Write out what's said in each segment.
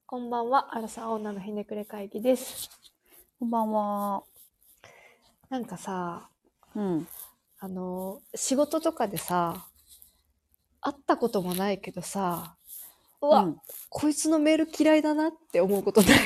こんばんは、アラサー女のひねくれ会議です。 こんばんは。 なんかさ、 うん。 仕事とかでさ、会ったこともないけどさ、うわ、 うん。 こいつのメール嫌いだなって思うことない？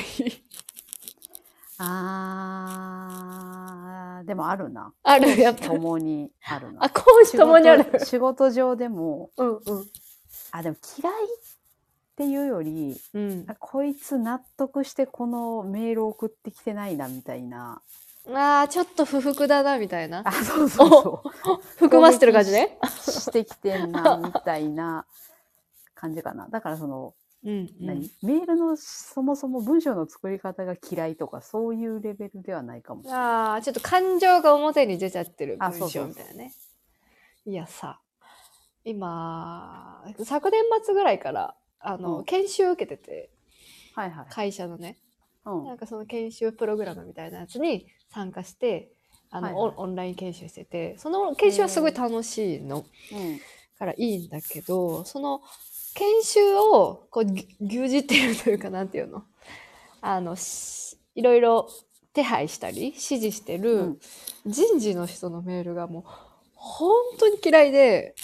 でもあるな。 ある、やっぱ。 公私ともにあるな。 あ、講師ともにある。 仕事上でも、 うんうん。 でも嫌いっていうより、 うん。 こいつ納得してこのメール送ってきてないなみたいな。 ちょっと不服だな、みたいな。 そうそうそう。 含ませてる感じね。 してきてんな、みたいな感じかな。だからうんうん。 メールのそもそも文章の作り方が嫌いとかそういうレベルではないかもしれない。 ちょっと感情が表に出ちゃってる文そうそうそう章みたいなね。いやさ、今、昨年末ぐらいから、研修受けてて、 はいはい。 会社のね、 うん。 なんかその研修プログラムみたいなやつに参加して、 はいはいオンライン研修してて、その研修はすごい楽しいの、からいいんだけど、その研修をこう牛耳っているというか、なんていうの、いろいろ手配したり指示してる人事の人のメールがもう本当に嫌いで。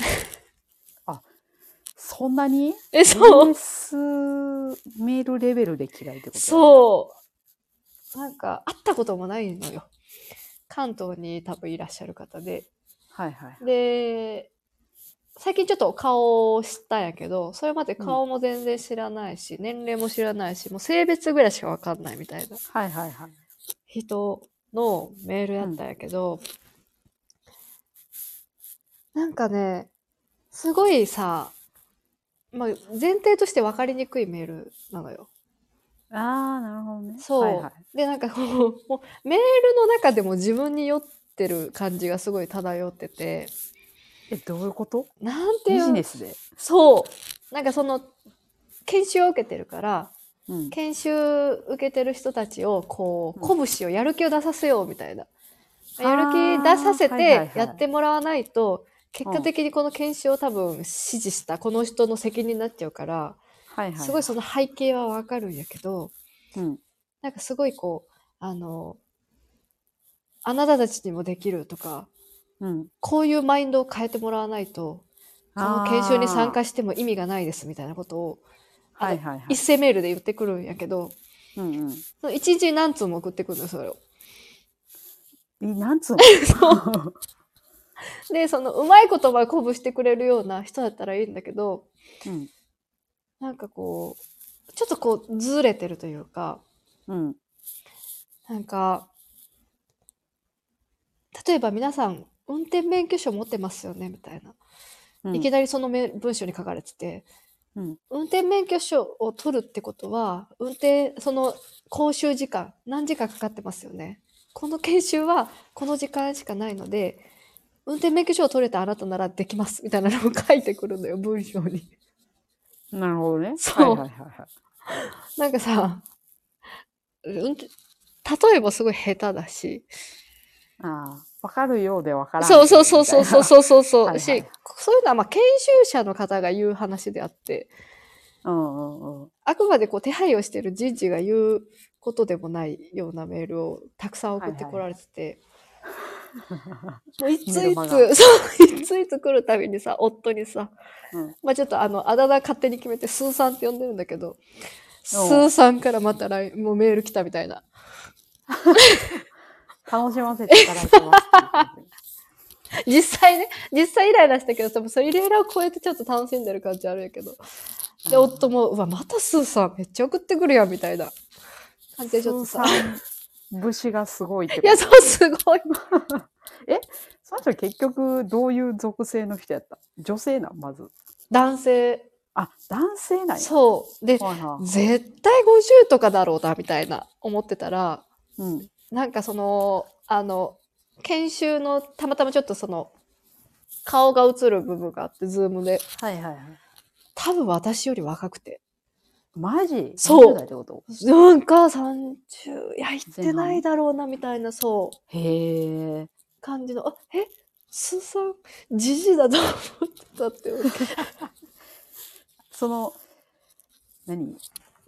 そんなにそう。 メールレベルで嫌いってこと？ そう。なんか会ったこともないのよ。関東に多分いらっしゃる方で。 はいはい。 で、最近ちょっと顔を知ったんやけど、それまで顔も全然知らないし、年齢も知らないし、もう性別ぐらいしかわかんないみたいなはいはいはい。 人のメールやったんやけど、なんかね、すごいさ、まあ、前提として分かりにくいメールなのよ。 なるほどね。 そう。 はいはい、 で、なんかこう、もうメールの中でも自分に酔ってる感じがすごい漂ってて。 どういうこと？ なんていう。 ビジネスで？ そう。なんかその、研修を受けてるから、研修受けてる人たちをこう、鼓舞しよう、やる気を出させようみたいな。やる気出させてやってもらわないと、結果的にこの研修を多分指示したこの人の責任になっちゃうから、すごいその背景はわかるんやけど、なんかすごいこう、あなたたちにもできるとか、こういうマインドを変えてもらわないと、この研修に参加しても意味がないですみたいなことを、一斉メールで言ってくるんやけど、一日何通も送ってくるのよ、それを。 何通もそうで、そのうまい言葉を鼓舞してくれるような人だったらいいんだけど、なんかこう、ちょっとこうずれてるというか、なんか、例えば皆さん運転免許証持ってますよねみたいな。いきなりその文章に書かれてて、運転免許証を取るってことは、その講習時間、何時間かかってますよね。この研修はこの時間しかないので、運転免許証を取れたあなたならできます、みたいなのを書いてくるのよ、文章に。 なるほどね。 そう。なんかさ、例えばすごい下手だし。 わかるようでわからん。 そう。し、そういうのはまあ研修者の方が言う話であって、あくまでこう手配をしている人事が言うことでもないようなメールをたくさん送ってこられてて、もういついつ来るたびにさ、夫にさ、まあちょっとあだ名勝手に決めてスーさんって呼んでるんだけど、スーさんからまたもうメール来たみたいな。 楽しませていただいてます。 実際イライラしたけど、多分それイライラを超えてちょっと楽しんでる感じあるんやけど。で、夫も、うわ、またスーさんめっちゃ送ってくるやん、みたいな感じでちょっとさ。 節がすごいってこと？ いや、そう、すごい。 その人結局どういう属性の人やった？女性なん？まず。 男性。 男性なんや。 そう。で、絶対50とかだろうな、みたいな思ってたら、なんかその、研修のたまたまちょっとその、顔が映る部分があって、ズームで。多分私より若くて。 マジ？ そう。 30代ってこと？ なんか30、いや、言ってないだろうな、みたいな、そう。 へえ。 感じの、スーさん、ジジだと思ってたって。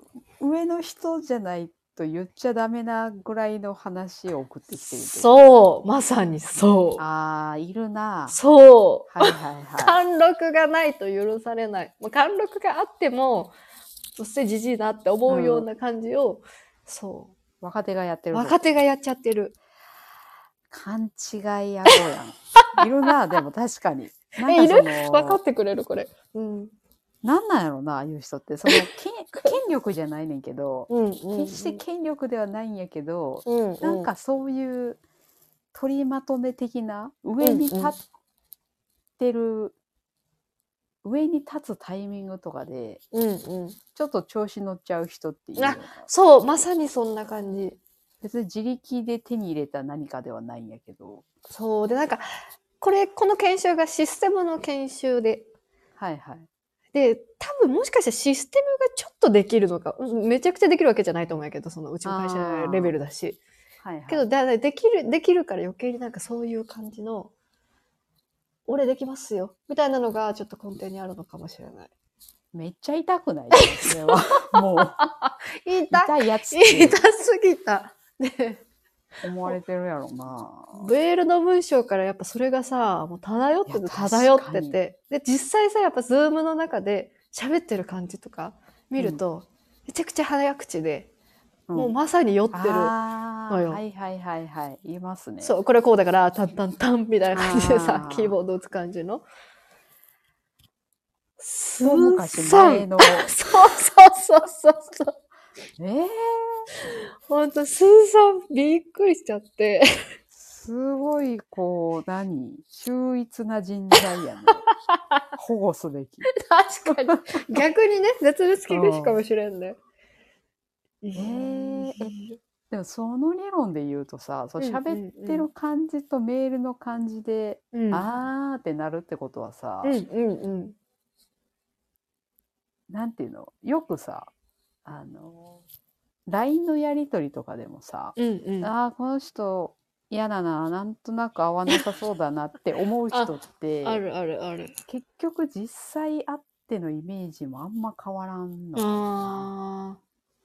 上の人じゃないと言っちゃダメなぐらいの話を送ってきてる。 そう、まさにそう。 ああ、いるな。 そう。 はいはいはい。 貫禄がないと許されない。貫禄があっても、そしてじじいなって思うような感じを、そう。 若手がやってる。 若手がやっちゃってる。 勘違い野郎やん。いるな、でも確かに。 いる？分かってくれるこれ。うん。 なんなんやろな、ああいう人って。その、権力じゃないねんけど、決して権力ではないんやけど、なんかそういう取りまとめ的な、上に立ってる、上に立つタイミングとかで、ちょっと調子乗っちゃう人っていう。 そう、まさにそんな感じ。 別に自力で手に入れた何かではないんやけど。 そう。で、なんか、この研修がシステムの研修で。 はいはい。 で、多分もしかしたらシステムがちょっとできるのか、めちゃくちゃできるわけじゃないと思うんやけど、そのうちの会社レベルだし。 はいはい。 けど、できるから余計になんかそういう感じの、俺できますよ、みたいなのがちょっと根底にあるのかもしれない。 めっちゃ痛くないですそれは。もう。痛いやつ。 痛すぎた。ね。 思われてるやろな。 メールの文章からやっぱそれがさ、もう漂ってて。で、実際さ、やっぱズームの中で喋ってる感じとか見ると、めちゃくちゃ早口で、もうまさに酔ってるのよ。 はいはいはいはい。言いますね。 そう、これこうだから、タンタンタンみたいな感じでさ、キーボード打つ感じの。 大昔前の。 そう。ほんと、スーさんびっくりしちゃって。 すごい、秀逸な人材やね。保護すべき。 確かに。逆にね、絶滅危惧種かもしれんね。 でもその理論で言うとさ、喋ってる感じとメールの感じで、あーってなるってことはさ、なんていうの、よくさ、LINE のやりとりとかでもさ、この人嫌だな、なんとなく合わなさそうだなって思う人って、 ある。 結局実際会ってのイメージもあんま変わらんのかな。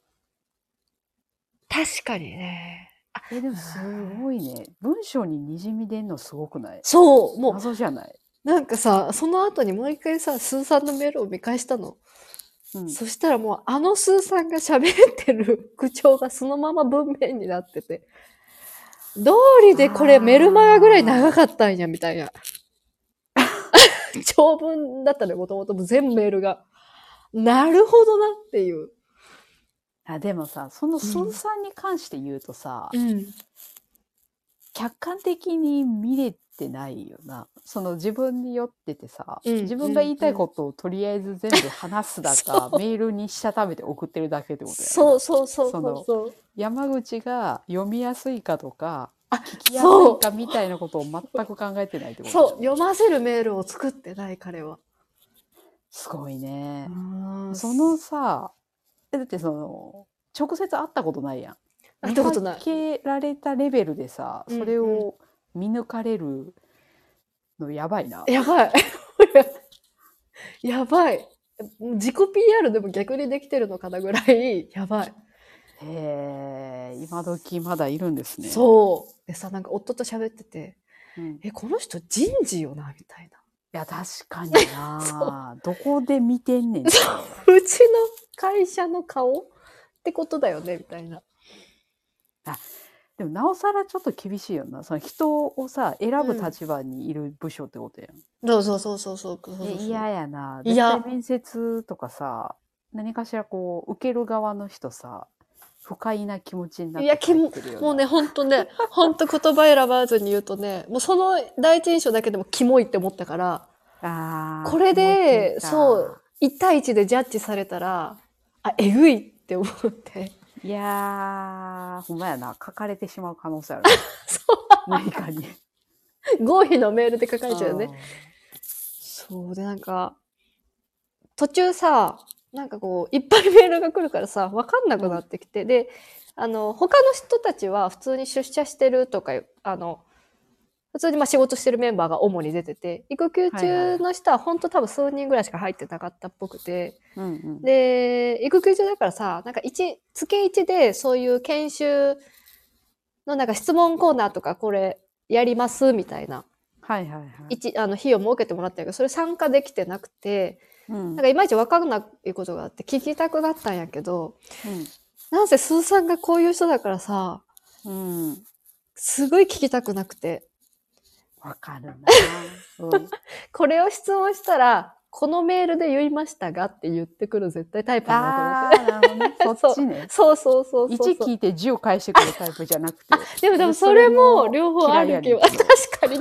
確かにね。 でもすごいね。文章に滲み出んのすごくない？ そう、もう。 謎じゃない？ なんかさ、その後にもう一回さ、スーさんのメールを見返したの。そしたらもうあのスーさんが喋ってる口調がそのまま文面になってて、通りでこれメルマガぐらい長かったんや、みたいな。長文だったね、もともと全メールが。なるほどなっていう。 でもさ、そのスーさんに関して言うとさ、客観的に見れてないよな。その自分に酔っててさ、自分が言いたいことをとりあえず全部話すだか、メールにしたためて送ってるだけってことやな。 そう。 山口が読みやすいかとか、聞きやすいかみたいなことを全く考えてないってこと。 そう、読ませるメールを作ってない、彼は。 すごいね。そのさ、だって直接会ったことないやん。見かけられたレベルでさ、それを見抜かれるのやばいな。 やばい。やばい。自己 PR でも逆にできてるのかなぐらい、やばい。 今時まだいるんですね。 そう。でさ、なんか夫と喋ってて、この人人事よな、みたいな。 いや、確かにな。どこで見てんねん。 うちの会社の顔ってことだよね、みたいな。 でもなおさらちょっと厳しいよな。その人をさ、選ぶ立場にいる部署ってことやん。 そう。 嫌やな。絶対面接とかさ、何かしら受ける側の人さ、不快な気持ちになって帰ってるよな。 もうね、ほんと言葉選ばずに言うとね、もうその第一印象だけでもキモいって思ったから、これで、そう、1対1でジャッジされたら、えぐいって思って。 いやー、ほんまやな。書かれてしまう可能性ある。そう。何かに。 合否のメールで書かれちゃうよね。そうで、なんか、途中さ、なんかいっぱいメールが来るからさ、わかんなくなってきて、で、他の人たちは普通に出社してるとか、 普通にまあ仕事してるメンバーが主に出てて、育休中の人は本当多分数人ぐらいしか入ってなかったっぽくて、で、育休中だからさ、なんか月1でそういう研修のなんか質問コーナーとかこれやりますみたいな。 はいはいはい。 費用設けてもらったけど、それ参加できてなくて、なんかいまいち分かんないことがあって聞きたくなったんやけど、なんせスーさんがこういう人だからさ、すごい聞きたくなくて。 わかるな、 これを質問したら、このメールで言いましたがって言ってくる絶対タイプだなと思って。 なるほどね。そっちね。 そう。1 聞いて10返してくるタイプじゃなくて。 でもそれも両方あるけど。確かに。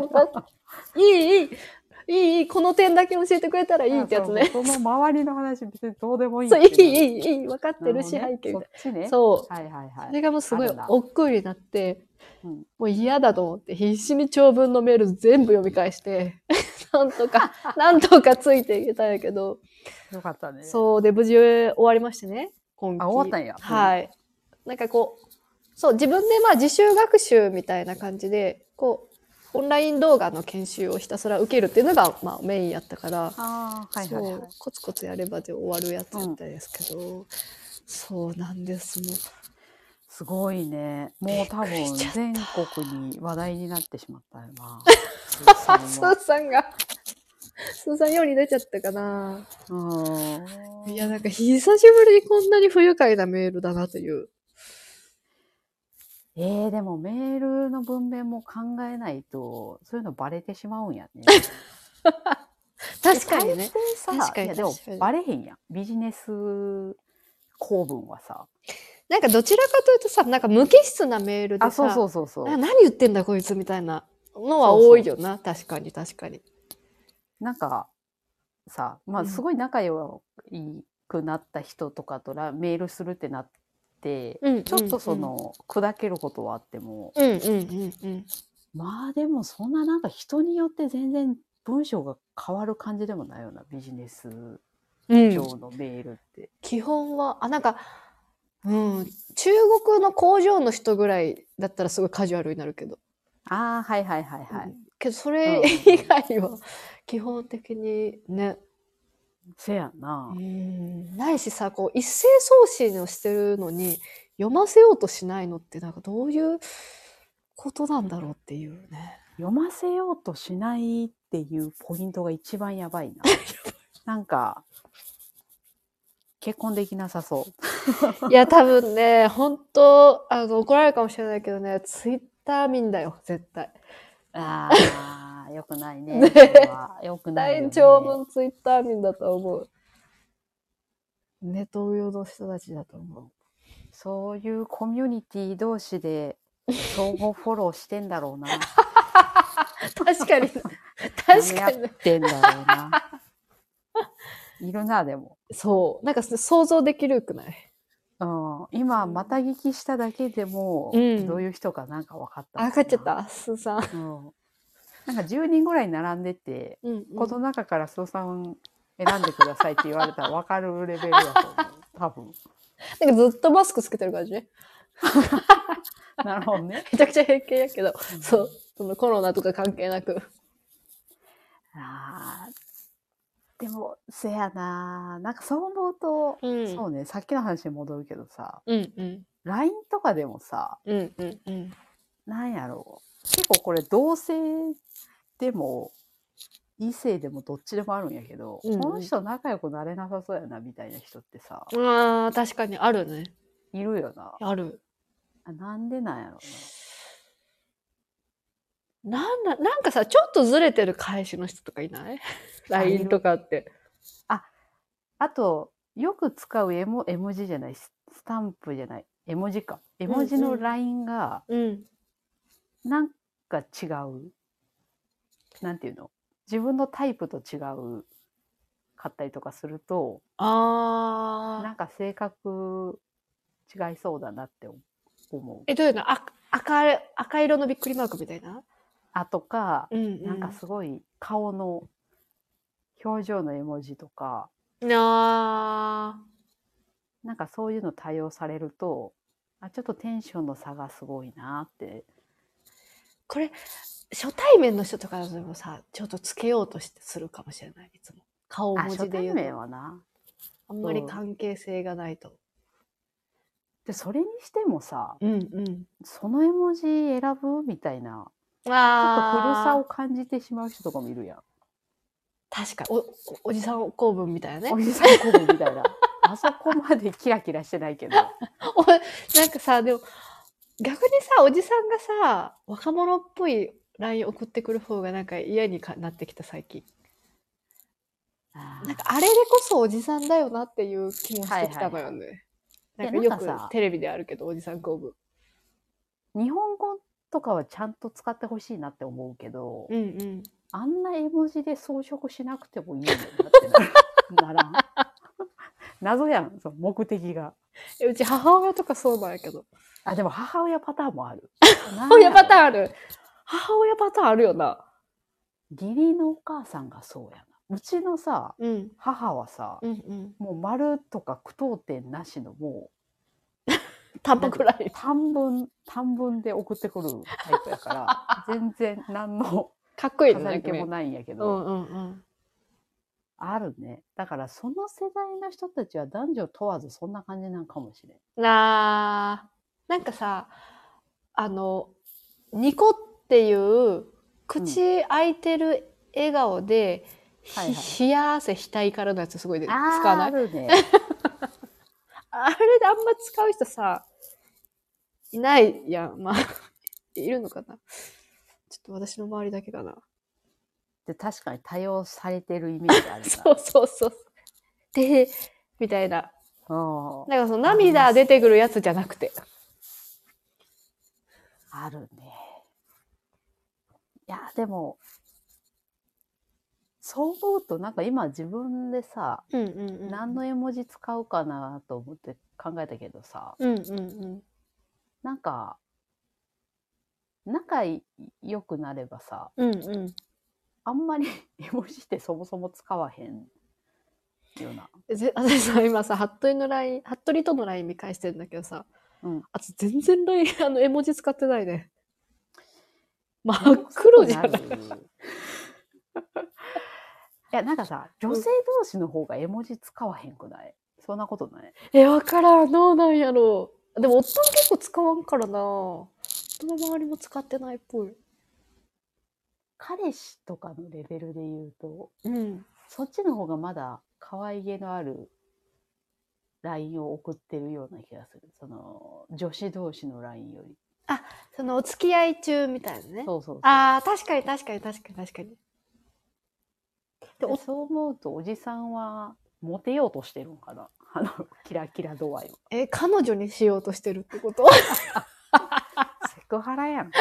いい、この点だけ教えてくれたらいいってやつね。 その周りの話別にどうでもいい。 そう、いい、分かってるし、背景みたいな。 そっちね。 そう。はいはいはい。それがもうすごい億劫になって、もう嫌だと思って必死に長文のメール全部読み返して、なんとかついていけたんやけど。 よかったね。 そう、で、無事終わりましてね、 今期。終わったんや。 はい。なんかこう、そう、自分でまあ自習学習みたいな感じで、こう、オンライン動画の研修をひたすら受けるっていうのが、まあ、メインやったから、コツコツやればで終わるやつやったんですけど、そうなんですもん。 すごいね。もう多分全国に話題になってしまったよな。 スーさんより出ちゃったかな。いや、なんか久しぶりにこんなに不愉快なメールだなという。 でもメールの文面も考えないと、そういうのバレてしまうんやね。 確かにね。 確かに。でもバレへんやん。ビジネス公文はさ。 なんかどちらかというとさ、なんか無機質なメールでさ、 そう。 何言ってんだこいつみたいなのは多いよな。確かに。 なんかさ、まあすごい仲良くなった人とかとメールするってなって、ちょっとその砕けることはあっても、まあでもそんななんか人によって全然文章が変わる感じでもないような、ビジネス上のメールって。 基本はなんか中国の工場の人ぐらいだったらすごいカジュアルになるけど。 はい。 けどそれ以外は基本的にね。 せやな。 ないしさ、こう一斉送信をしてるのに読ませようとしないのってなんかどういうことなんだろうっていうね。 読ませようとしないっていうポイントが一番やばいな。なんか結婚できなさそう。 いや、多分ね、本当怒られるかもしれないけどね、ツイッター民だよ、絶対。 よくないね。それはよくないよね。 長文ツイッター民だと思う。ネトウヨの人たちだと思う。 そういうコミュニティ同士で相互フォローしてんだろうな。 確かに。 やってんだろうな。いるな、でも。 そう。なんか想像できるくない？ 今、また聞きしただけでも、どういう人かなんか分かった。 分かっちゃった、スーさん。 なんか10人ぐらい並んでて、この中からスーさん選んでくださいって言われたら分かるレベルだと思う。多分。 なんかずっとマスクつけてる感じね。 なるほどね。 めちゃくちゃ偏見やけど、そう。そのコロナとか関係なく。 でも、せやな。なんかそう思うと、そうね、さっきの話に戻るけどさ、LINE とかでもさ、なんやろう。結構これ同性でも、異性でもどっちでもあるんやけど、この人仲良くなれなさそうやなみたいな人ってさ。 確かにあるね。 いるよな。 ある。 なんでなんやろなんかさ、ちょっとずれてる返しの人とかいない？ LINE とかって。 あと、よく使う絵文字じゃない、スタンプじゃない、絵文字か。絵文字の LINE が、なんか違う。なんていうの？自分のタイプと違うかったりとかすると、なんか性格違いそうだなって思う。 どういうの？赤色のびっくりマークみたいな？ とか、なんかすごい顔の表情の絵文字とか、なんかそういうの対応されると、ちょっとテンションの差がすごいなってこれ、初対面の人とかでもさ、ちょっとつけようとしてするかもしれない、いつも。顔文字で言うと。 初対面はな。 あんまり関係性がないと。 で、それにしてもさ、 うんうん、 その絵文字選ぶみたいな、ちょっと古さを感じてしまう人とかもいるやん。 確かに。おじさん公文みたいなね。 おじさん公文みたいな。あそこまでキラキラしてないけど。 なんかさ、でも、逆にさ、おじさんがさ、若者っぽい LINE 送ってくる方がなんか嫌になってきた、最近。なんかあれでこそおじさんだよなっていう気もしてきたのよね。なんかよくテレビであるけど、おじさん公文。 日本語とかはちゃんと使ってほしいなって思うけど、 うんうん、 あんな絵文字で装飾しなくてもいいんだよなってならん。謎やん、その目的が。 うち母親とかそうなんやけど。 あ、でも母親パターンもある。 母親パターンある。母親パターンあるよな。 義理のお母さんがそうやな。うちのさ、 うん、 母はさ、 うんうん、 もう丸とか句読点なしのもう短文くらい。 短文で送ってくるタイプやから、全然何のかっこいい飾り気もないんやけど、 うんうんうん、 あるね。だからその世代の人たちは男女問わずそんな感じなんかもしれん。 なんかさ、ニコっていう口開いてる笑顔で、冷や汗額からのやつすごい使わない？ あるね。 あれであんま使う人さ、いないやん。まあ、いるのかな。ちょっと私の周りだけかな。 で、確かに多用されてるイメージあるな。 そうそうそう。で、みたいな。 なんかその涙出てくるやつじゃなくて。 あるね。いや、でも、そう思うとなんか今自分でさ、何の絵文字使うかなと思って考えたけどさ、なんか仲良くなればさ、あんまり絵文字ってそもそも使わへんよな。 私さ今さ服部との LINE 見返してるんだけどさ、あと全然 LINE 絵文字使ってないね。真っ黒じゃない。 いや、なんかさ、女性同士の方が絵文字使わへんくない？そんなことない？ わからん。どうなんやろう。でも、夫も結構使わんからな。夫の周りも使ってないっぽい。 彼氏とかのレベルで言うと、そっちの方がまだ可愛げのある LINE を送ってるような気がする。その、女子同士の LINE より。 あ、そのお付き合い中みたいなね。 そうそうそう。 確かに確かに確かに確かに。 でそう思うとおじさんはモテようとしてるんかな、キラキラ度合いは。 彼女にしようとしてるってこと？ セクハラやん。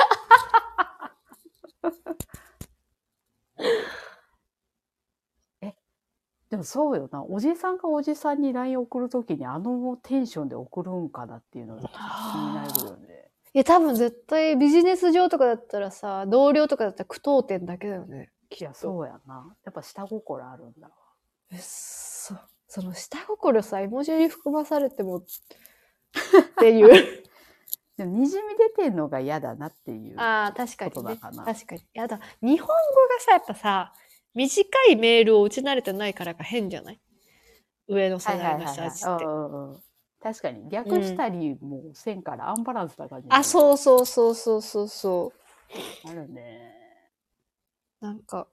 でもそうよな、おじさんがおじさんに LINE 送るときにあのテンションで送るんかなっていうのが気になるよね。 多分絶対ビジネス上とかだったらさ、同僚とかだったら句読点だけだよね。 いや、そうやな。やっぱ下心あるんだわ。 その下心さ、絵文字に含まされてもっていうでもにじみ出てんのが嫌だなっていう確かに、 ことだかな。 確かに。やだ。日本語がさ、やっぱさ、短いメールを打ち慣れてないからか変じゃない？上の世代の人たちって。 確かに。略したりもせんからアンバランスな感じ。 そうそうそうそうそうそう。 あるね。 なんか、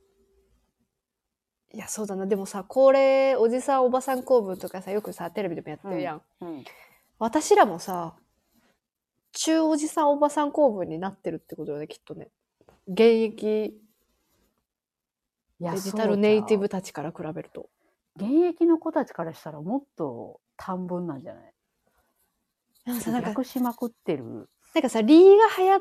いや、そうだな。でもさ、これ、おじさんおばさん公文とかさ、よくさ、テレビでもやってるやん。私らもさ、中おじさんおばさん公文になってるってことよね、きっとね。現役デジタルネイティブたちから比べると。 現役の子たちからしたらもっと短文なんじゃない？略しまくってる。 なんかさ、リーが流行って、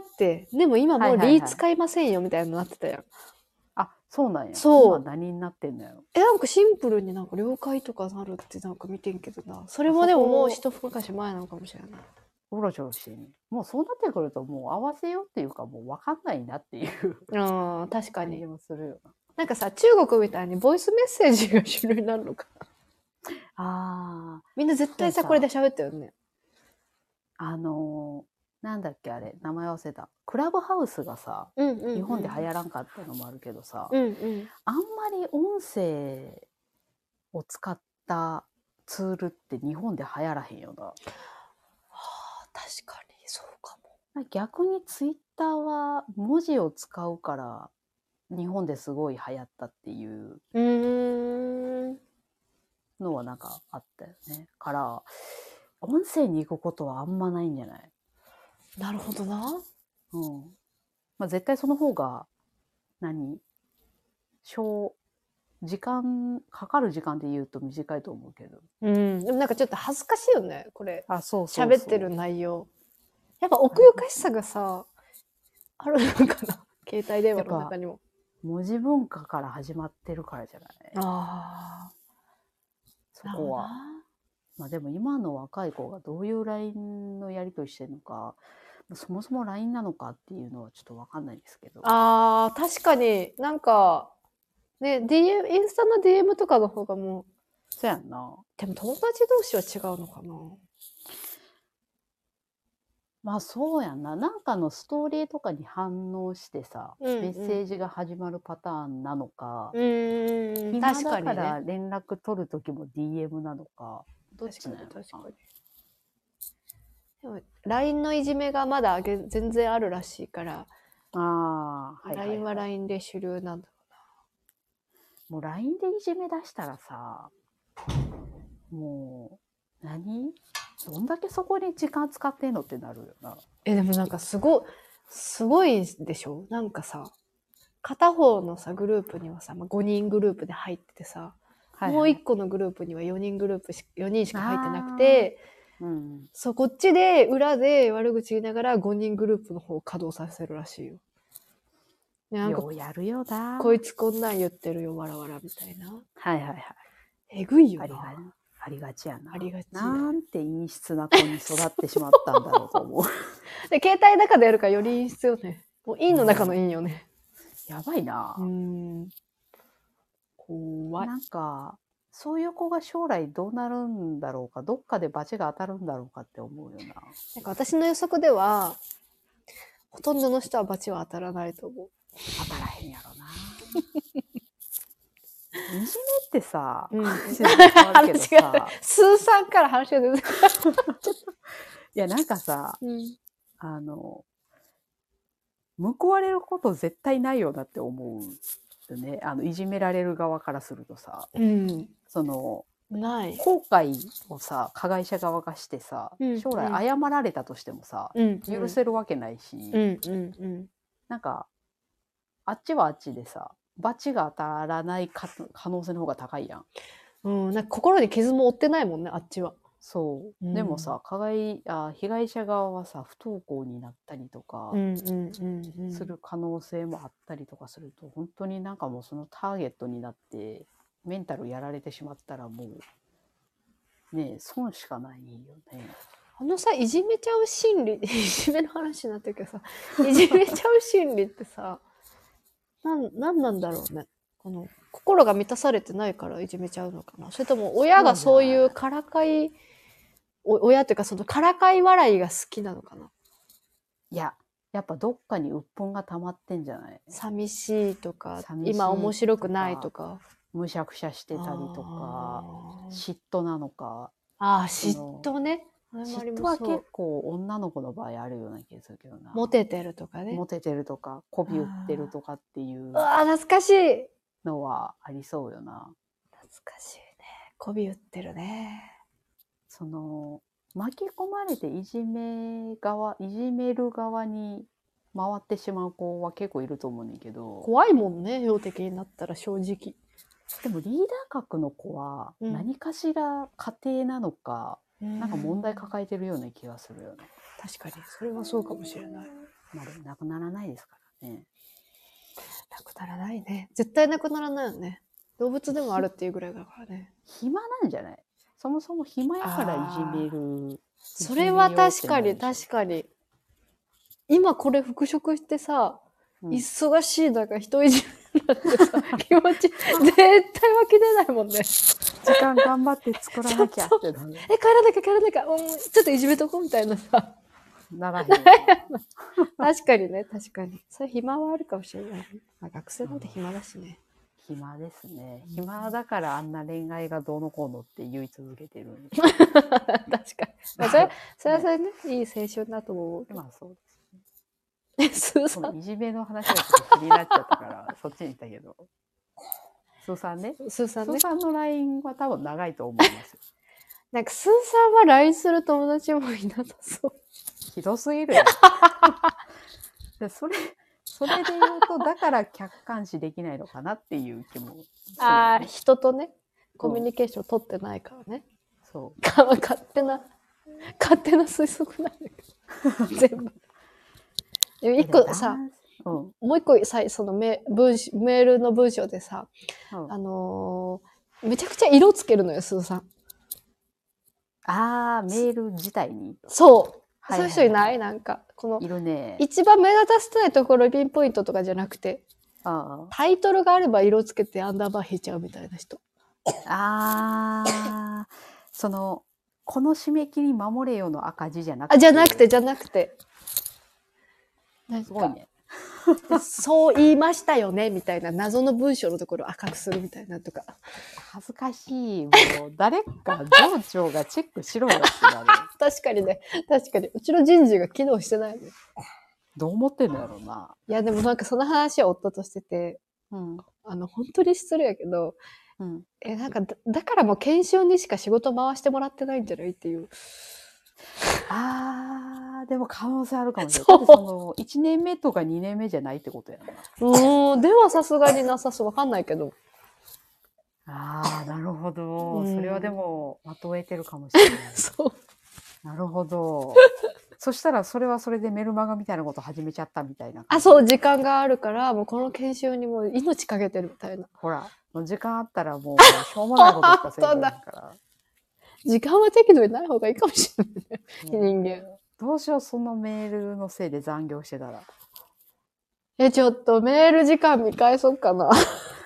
でも今もうリー使いませんよみたいなのなってたやん。 あ、そうなんや。 そう。 今何になってんのやろ。 なんかシンプルになんか了解とかなるってなんか見てんけどな。それもでももう一昔前なのかもしれない。 うろちょろしてね。もうそうなってくるともう合わせようっていうかもう分かんないなっていう。 確かに。 感じもするよな。 なんかさ、中国みたいにボイスメッセージが主流になるのか。みんな絶対さ、これで喋ったよね。 ななんだっけあれ、名前忘れた。クラブハウスがさ、日本で流行らんかったのもあるけどさ、あんまり音声を使ったツールって日本で流行らへんよな。はあ、確かにそうかも。逆にツイッターは文字を使うから日本ですごい流行ったっていうのはなんかあったよね。から音声に行くことはあんまないんじゃない？ なるほどな。 まあ絶対その方が時間かかる時間で言うと短いと思うけど。 でもなんかちょっと恥ずかしいよねこれ。 そう喋ってる内容。やっぱ奥ゆかしさがさあるのかな。携帯電話の中にも。 文字文化から始まってるからじゃない？そこは。まあでも今の若い子がどういう LINE のやり取りしてるのか、そもそも LINE なのかっていうのはちょっと分かんないですけど。 確かになんかね、インスタの DM とかの方がもう。 そうやんな。 でも友達同士は違うのかな。 まあそうやんな。なんかのストーリーとかに反応してさ、メッセージが始まるパターンなのか、暇だから連絡取るときも DM なのか、どっちなのか。確かに。 でも LINE のいじめがまだ全然あるらしいから、LINE は LINE で主流なんだろうな。 もう LINE でいじめ出したらさ、もうどんだけそこに時間使ってんのってなるよな。 でもなんかすごいでしょ？なんかさ、片方のさ、グループにはさ、5人グループで入っててさ、もう1個のグループには4人しか入ってなくて、こっちで裏で悪口言いながら5人グループの方を稼働させるらしいよ。 なんかやるよな。 こいつこんなん言ってるよ、わらわらみたいな。えぐいよな。 ありがちやな。 ありがち。 なんて陰湿な子に育ってしまったんだろうと思う。 で、携帯の中でやるからより陰湿よね。もう陰の中の陰よね。 やばいな。 怖い。 なんか、そういう子が将来どうなるんだろうか、どっかで罰が当たるんだろうかって思うよな。 なんか私の予測では、ほとんどの人は罰は当たらないと思う。 当たらへんやろな。いじめってさ、 話が数三から話が出てくる。 いや、なんかさ、報われること絶対ないよなって思うよね。いじめられる側からするとさ、 ない。 後悔をさ、加害者側がしてさ、将来謝られたとしてもさ、許せるわけないし、なんか、あっちはあっちでさ、罰が当たらない可能性の方が高いやん。 なんか心に傷も負ってないもんね、あっちは。 そう。でもさ、被害者側はさ、不登校になったりとかする可能性もあったりとかすると、本当になんかもうそのターゲットになってメンタルやられてしまったらもうね、損しかないよね。 いじめちゃう心理、いじめの話になってるけどさ、いじめちゃう心理ってさ、なんなんだろうね。心が満たされてないからいじめちゃうのかな。それとも親がそういうからかい、親というかそのからかい笑いが好きなのかな。 いや、やっぱどっかに鬱憤が溜まってんじゃない？ 寂しいとか、今面白くないとか。 むしゃくしゃしてたりとか、嫉妬なのか。 嫉妬ね。 嫉妬は結構女の子の場合あるような気がするけどな。 モテてるとかね。 モテてるとか、媚び売ってるとかっていう。 懐かしいのはありそうよな。 懐かしいね。媚び売ってるね。 巻き込まれていじめる側に回ってしまう子は結構いると思うねんけど。 怖いもんね、標的になったら正直。 でもリーダー格の子は何かしら家庭なのか、なんか問題抱えてるような気がするよね。 確かに、それはそうかもしれない。 まあでもなくならないですからね。 なくならないね。絶対なくならないよね。動物でもあるっていうぐらいだからね。 暇なんじゃない？そもそも暇やからいじめる。 それは確かに。今これ復職してさ、忙しい中人いじめなんてさ、気持ち絶対湧き出ないもんね。 時間頑張って作らなきゃってなる。 帰らなきゃ。ちょっといじめとこうみたいなさ。 ならへん。 確かにね、確かに。それ暇はあるかもしれない。まあ、学生なんて暇だしね。 暇ですね。暇だからあんな恋愛がどうのこうのって言い続けてるん確かに。まあ、それはそれね、いい青春だと思う。 まあそうですね。 スーさん。 いじめの話がちょっと気になっちゃったから、そっちに行ったけど。スーさんね。 スーさんね。 スーさんの LINE は多分長いと思いますよ。 なんか、スーさんは LINE する友達もいなさそう。 ひどすぎるよ。でそれで言うと、だから客観視できないのかなっていう気も、ね。 ああ、人とね、コミュニケーション取ってないからね。 そう。 勝手な推測なんだけど。全部。でも一個さ、もう一個さ、そのメールの文章でさ、めちゃくちゃ色つけるのよ、スーさん。 ああ、メール自体に。 そう。そういう人いない？なんか、この、 いるね。 一番目立たせたいところピンポイントとかじゃなくて、タイトルがあれば色つけてアンダーバー引いちゃうみたいな人。 ああ、この締め切り守れよの赤字じゃなくて。 あ、じゃなくて。 すごいね。 そう言いましたよねみたいな謎の文章のところを赤くするみたいなとか。 恥ずかしい。もう誰か上長がチェックしろよってなる。 確かにね。確かに。うちの人事が機能してないね。 どう思ってんのやろうな。 いやでもなんかその話を夫としてて、本当に失礼やけど、なんかだからもう研修にしか仕事回してもらってないんじゃないっていう。 でも可能性あるかもしれない。だってその1年目とか2年目じゃないってことやな。ではさすがになさそう。わかんないけど。 なるほど。それはでも的を得てるかもしれない。 そう。 なるほど。そしたらそれはそれでメルマガみたいなこと始めちゃったみたいな。 そう、時間があるから、もうこの研修にもう命かけてるみたいな。 ほら、時間あったらもうしょうもないことしかせんから。 時間は適度にない方がいいかもしれないね。人間。 どうしよう、そのメールのせいで残業してたら。 ちょっとメール時間見返そうかな。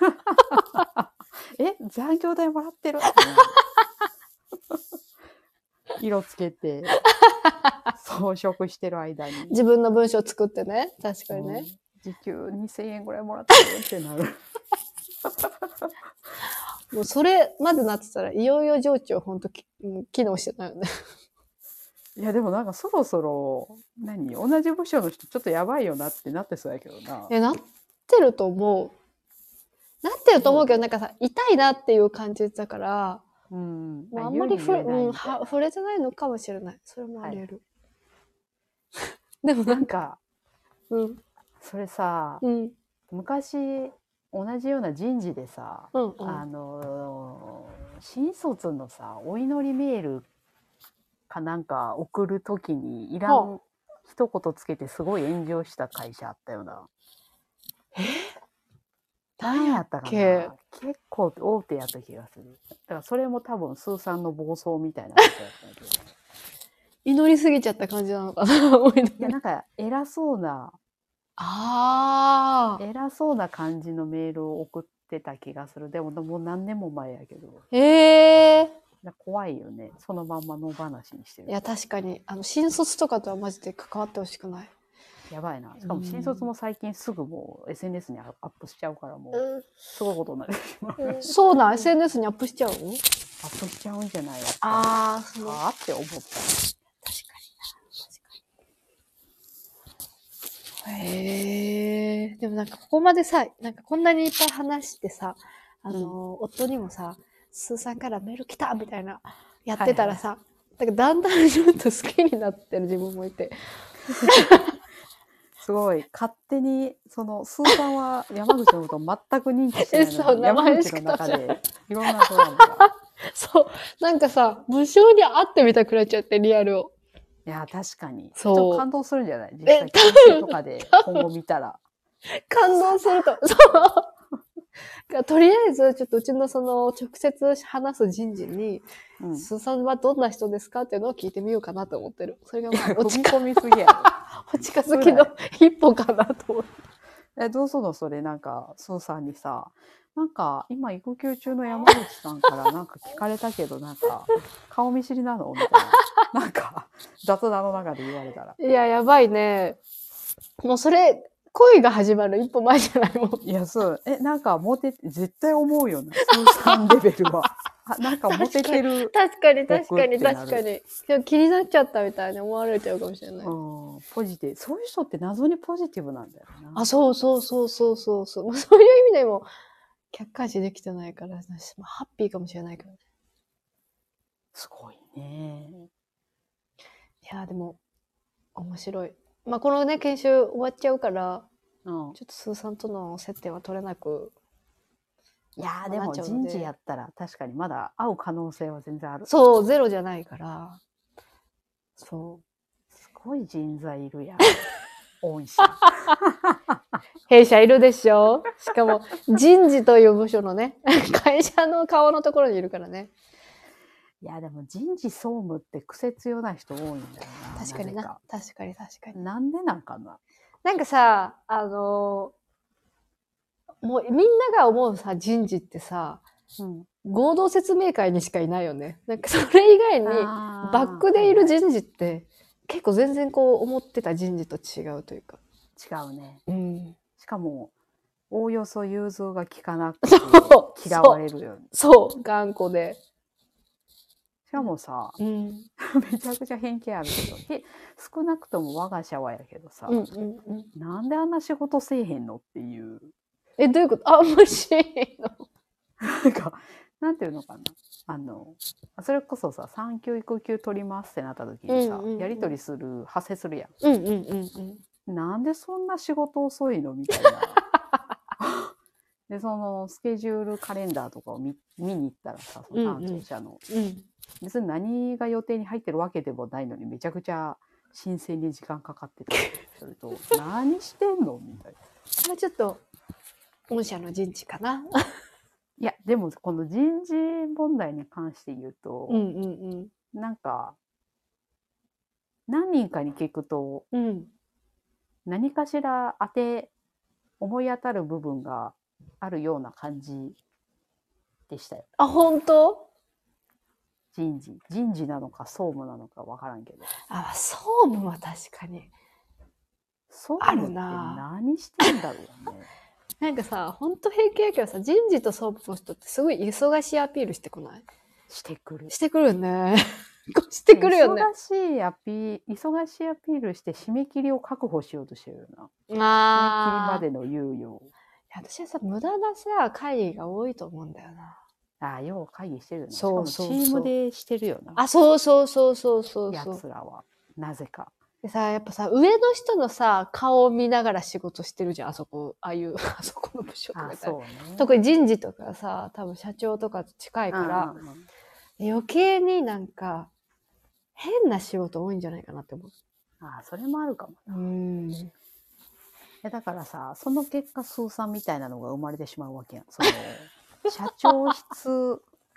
残業代もらってる色つけて、装飾してる間に。 自分の文章作ってね。確かにね。 時給2000円ぐらいもらってるってなる。 もうそれまでなってたら、いよいよ上長ほんと機能してないよね。 いやでもなんかそろそろ、同じ部署の人ちょっとやばいよなってなってそうやけどな。 なってると思う。なってると思うけど、なんかさ、痛いなっていう感じだから、あんまり触れてないのかもしれない。それもあり得る。でもなんか、 それさ、昔、同じような人事でさ、新卒のさ、お祈りメールかなんか送るときにいらん一言つけてすごい炎上した会社あったよな。何やったかな。結構大手やった気がする。だからそれも多分スーさんの暴走みたいなことやったんだけど。 祈りすぎちゃった感じなのかな。 いやなんか偉そうな感じのメールを送ってた気がする。でももう何年も前やけど。怖いよね。そのまんまの話にしてる。 いや確かに新卒とかとはマジで関わってほしくない。 やばいな。しかも新卒も最近すぐもう SNS にアップしちゃうからもうすごいことになる。 そうなん SNS にアップしちゃうの？ アップしちゃうんじゃない？ って思った。確かに。でもなんかここまでさ、なんかこんなにいっぱい話してさ、夫にもさ、スーさんからメール来たみたいなやってたらさ、だんだんちょっと好きになってる自分もいて。 すごい勝手にそのスーさんは山口のことを全く認知してないのに山口の中でいろんなドラマがそうなんかさ無性に会ってみたくなっちゃってリアルを。 いや確かにちょっと感動するんじゃない？実際研修とかで今後見たら感動するとそうとりあえずちょっとうちのその直接話す人事に、スーさんはどんな人ですかっていうのを聞いてみようかなと思ってる。それがまあ踏み込みすぎやろ。 お近づきの一歩かなと思って。 どうすんのそれなんかスーさんにさ、なんか今育休中の山口さんからなんか聞かれたけどなんか顔見知りなのみたいな。なんか雑談の中で言われたら。 いや、やばいね。もうそれ、恋が始まる一歩前じゃないもん。 いや、そう。なんかモテ、絶対思うよな。スーさんレベルは。なんかモテてる。 確かに。気になっちゃったみたいに思われちゃうかもしれない。 ポジティブ。そういう人って謎にポジティブなんだよな。 そういう意味でも、客観視できてないから、ハッピーかもしれないけどね。 すごいね。 いや、でも、面白い。まあ、このね、研修終わっちゃうから、ちょっとスーさんとの接点は取れなく。 いやでも人事やったら確かにまだ会う可能性は全然ある。 そう、ゼロじゃないから。そう。 すごい人材いるやん。御社。 弊社いるでしょ。しかも、人事という部署のね、会社の顔のところにいるからね。 いや、でも人事総務って癖強な人多いんだよな。 確かにな。確かに。 なんでなんかな。 なんかさ、もうみんなが思うさ、人事ってさ、合同説明会にしかいないよね。なんかそれ以外に、バックでいる人事って、結構全然こう思ってた人事と違うというか。 違うね。 しかも、おおよそ融通が利かなくて嫌われるよね。 そう、頑固で。 しかもさ、めちゃくちゃ偏見あるけど、少なくとも我が社はやけどさ、なんであんな仕事せえへんのっていう。 どういうこと？面白いの？ なんか、なんていうのかな。それこそさ、産休育休取りますってなった時にさ、やり取りする、発生するやん。なんでそんな仕事遅いのみたいな。で、そのスケジュールカレンダーとかを見に行ったらさ、その担当者の。別に何が予定に入ってるわけでもないのに、めちゃくちゃ申請に時間かかってたりすると、何してんのみたいな。 それはちょっと、御社の人事かな。 いや、でもこの人事問題に関して言うと、なんか、何人かに聞くと、何かしら思い当たる部分があるような感じでしたよ。 あ、本当？ 人事なのか総務なのか分からんけど。 総務は確かに。 総務って何してんだろうね。 なんかさ、ほんと平気やけどさ、人事と総務の人ってすごい忙しいアピールしてこない？ してくるよね。してくるよね。 忙しいアピールして締め切りを確保しようとしてるよな。締め切りまでの猶予。 私はさ、無駄なさ、会議が多いと思うんだよな。 要は会議してるよね。 そうチームでしてるよな。 そう。 やつらは。なぜか。 でさ、やっぱさ、上の人のさ、顔を見ながら仕事してるじゃん、あそこの部署とか。 そうね。 特に人事とかさ、多分社長とかと近いから、余計になんか、変な仕事多いんじゃないかなって思う。 それもあるかもな。だからさ、その結果、スーさんみたいなのが生まれてしまうわけやん。社長室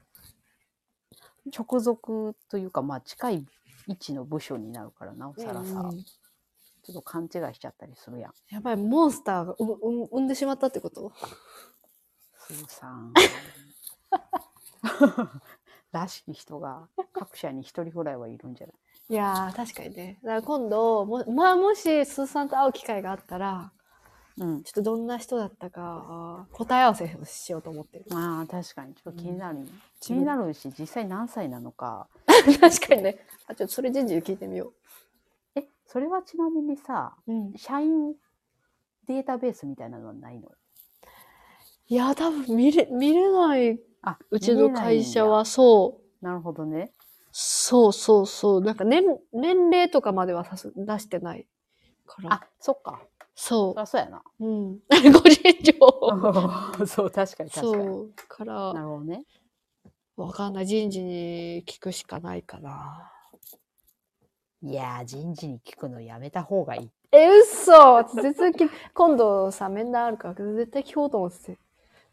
直属というか、近い位置の部署になるからなおさらさ、ちょっと勘違いしちゃったりするやん。 やばい、モンスターが産んでしまったってこと？ スーさんらしき人が各社に一人ぐらいはいるんじゃない？ いやー、確かにね。だから今度もしスーさんと会う機会があったら、ちょっとどんな人だったか答え合わせしようと思ってる。 確かにちょっと気になる、気になるし、実際何歳なのか。 確かにね。ちょっとそれ人事で聞いてみよう。それはちなみにさ、社員データベースみたいなのはないの？ いや、多分見れない。うちの会社はそう。 なるほどね。 そう。なんか年齢とかまでは出してないから。 そっか。 そう。 そうやな。 個人情報。 そう、確かに。 そう。から。 なるほどね。 わかんない。人事に聞くしかないかな。 いやー、人事に聞くのやめた方がいい。 嘘！絶対今度さ、面談あるから絶対聞こうと思ってて。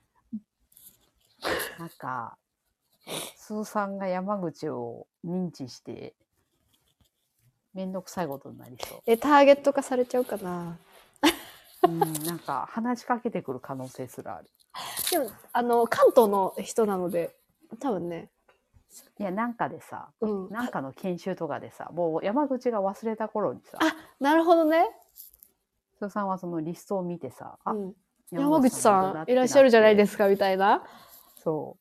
なんか、スーさんが山口を認知して、めんどくさいことになりそう。 ターゲット化されちゃうかな。 なんか話しかけてくる可能性すらある。 でも関東の人なので多分ねいや、なんかでさ、なんかの研修とかでさ、もう山口が忘れた頃にさ。 あ、なるほどね。 すーさんはそのリストを見てさ、あ、 山口さんいらっしゃるじゃないですか、みたいな。 そう。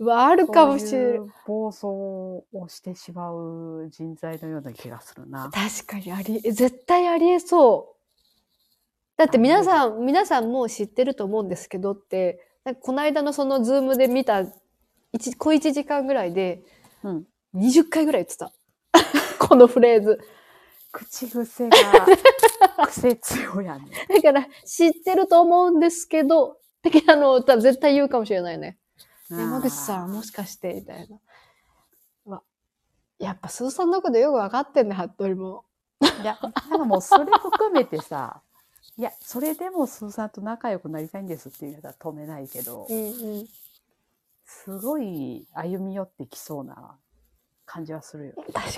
あるかもしれない。 暴走をしてしまう人材のような気がするな。 確かに絶対ありえそう。だって皆さんもう知ってると思うんですけどって、この間のそのズームで見た小1時間ぐらいで、20回ぐらい言ってた。このフレーズ。 口癖が癖強やね。 だから知ってると思うんですけど、的なのを絶対言うかもしれないね。山口さんもしかしてみたいな。やっぱスーさんのことよく分かってんね、服部も。 いや、なんかもうそれ含めてさ、いや、それでもスーさんと仲良くなりたいんですっていうやつは止めないけど、すごい歩み寄ってきそうな感じはするよ。 確かにね。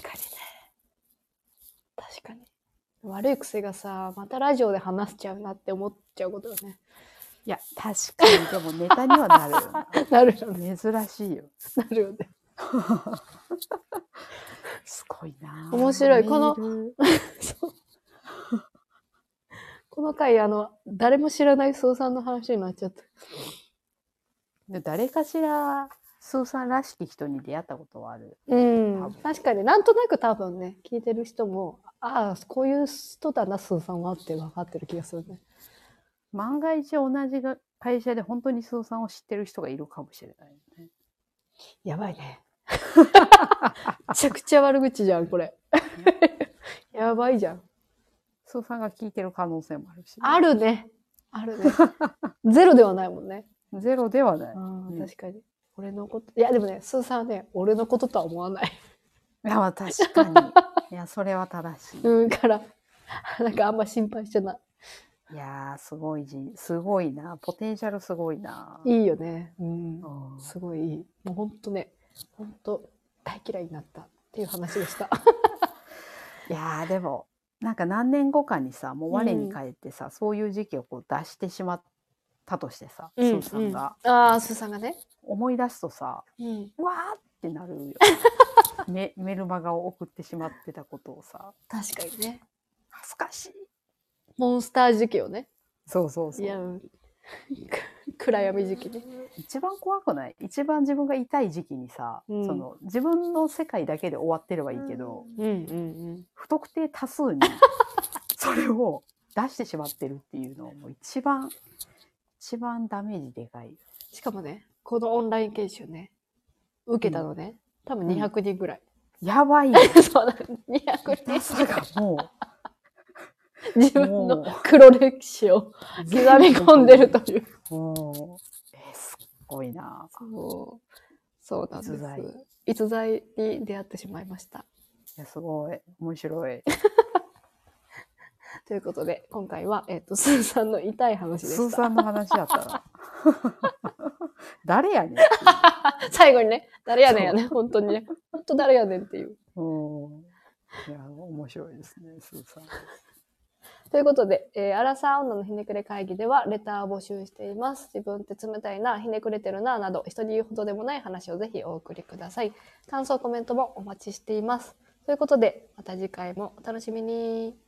確かに。悪い癖がさ、またラジオで話しちゃうなって思っちゃうことよね。 いや、確かに、でもネタにはなるよな。 なるよね。 珍しいよ。 なるよね。 すごいな。 面白い。この回、誰も知らないスーさんの話になっちゃった。 誰かしら、スーさんらしき人に出会ったことはある。 確かになんとなく多分ね、聞いてる人も、ああ、こういう人だな、スーさんはって分かってる気がするね。 万が一同じ会社で本当にスーさんを知ってる人がいるかもしれないね。 やばいね。めちゃくちゃ悪口じゃん、これ。やばいじゃん。 スーさんが聞いてる可能性もあるし、 あるね。あるね。ゼロではないもんね。 ゼロではない。 確かに。俺のこと、いやでもね、スーさんはね、俺のこととは思わない。 いや、確かに。いや、それは正しい。 から、なんかあんま心配してない。 いやー、すごいな。ポテンシャルすごいな。 いいよね。すごいいい。もうほんとね、ほんと大嫌いになったっていう話でした。 いやー、でも、なんか何年後かにさ、もう我に返ってさ、そういう時期をこう出してしまったとしてさ、スーさんが。 スーさんがね。 思い出すとさ、うわーってなるよ。メルマガを送ってしまってたことをさ。 確かにね。 恥ずかしい。 モンスター時期をね。 そうそうそう。 いや、暗闇時期ね。 一番怖くない？一番自分が痛い時期にさ、その自分の世界だけで終わってればいいけど、不特定多数にそれを出してしまってるっていうのも一番ダメージでかい。 しかもね、このオンライン研修ね、受けたのね、多分200人ぐらい。 やばいよ。 そうだ、200人。 まさかもう。 自分の黒歴史を刻み込んでるという。 すっごいな。 そうなんです。逸材に出会ってしまいました。 いや、すごい。面白い。 ということで、今回は、スーさんの痛い話でした。 スーさんの話やったら。誰やねん。 最後にね、誰やねんやね。本当にね。本当誰やねんっていう。 いや、面白いですね、スーさん。 ということで、アラサー女のひねくれ会議ではレターを募集しています。自分って冷たいな、ひねくれてるな、など、人に言うほどでもない話をぜひお送りください。感想、コメントもお待ちしています。ということで、また次回もお楽しみに。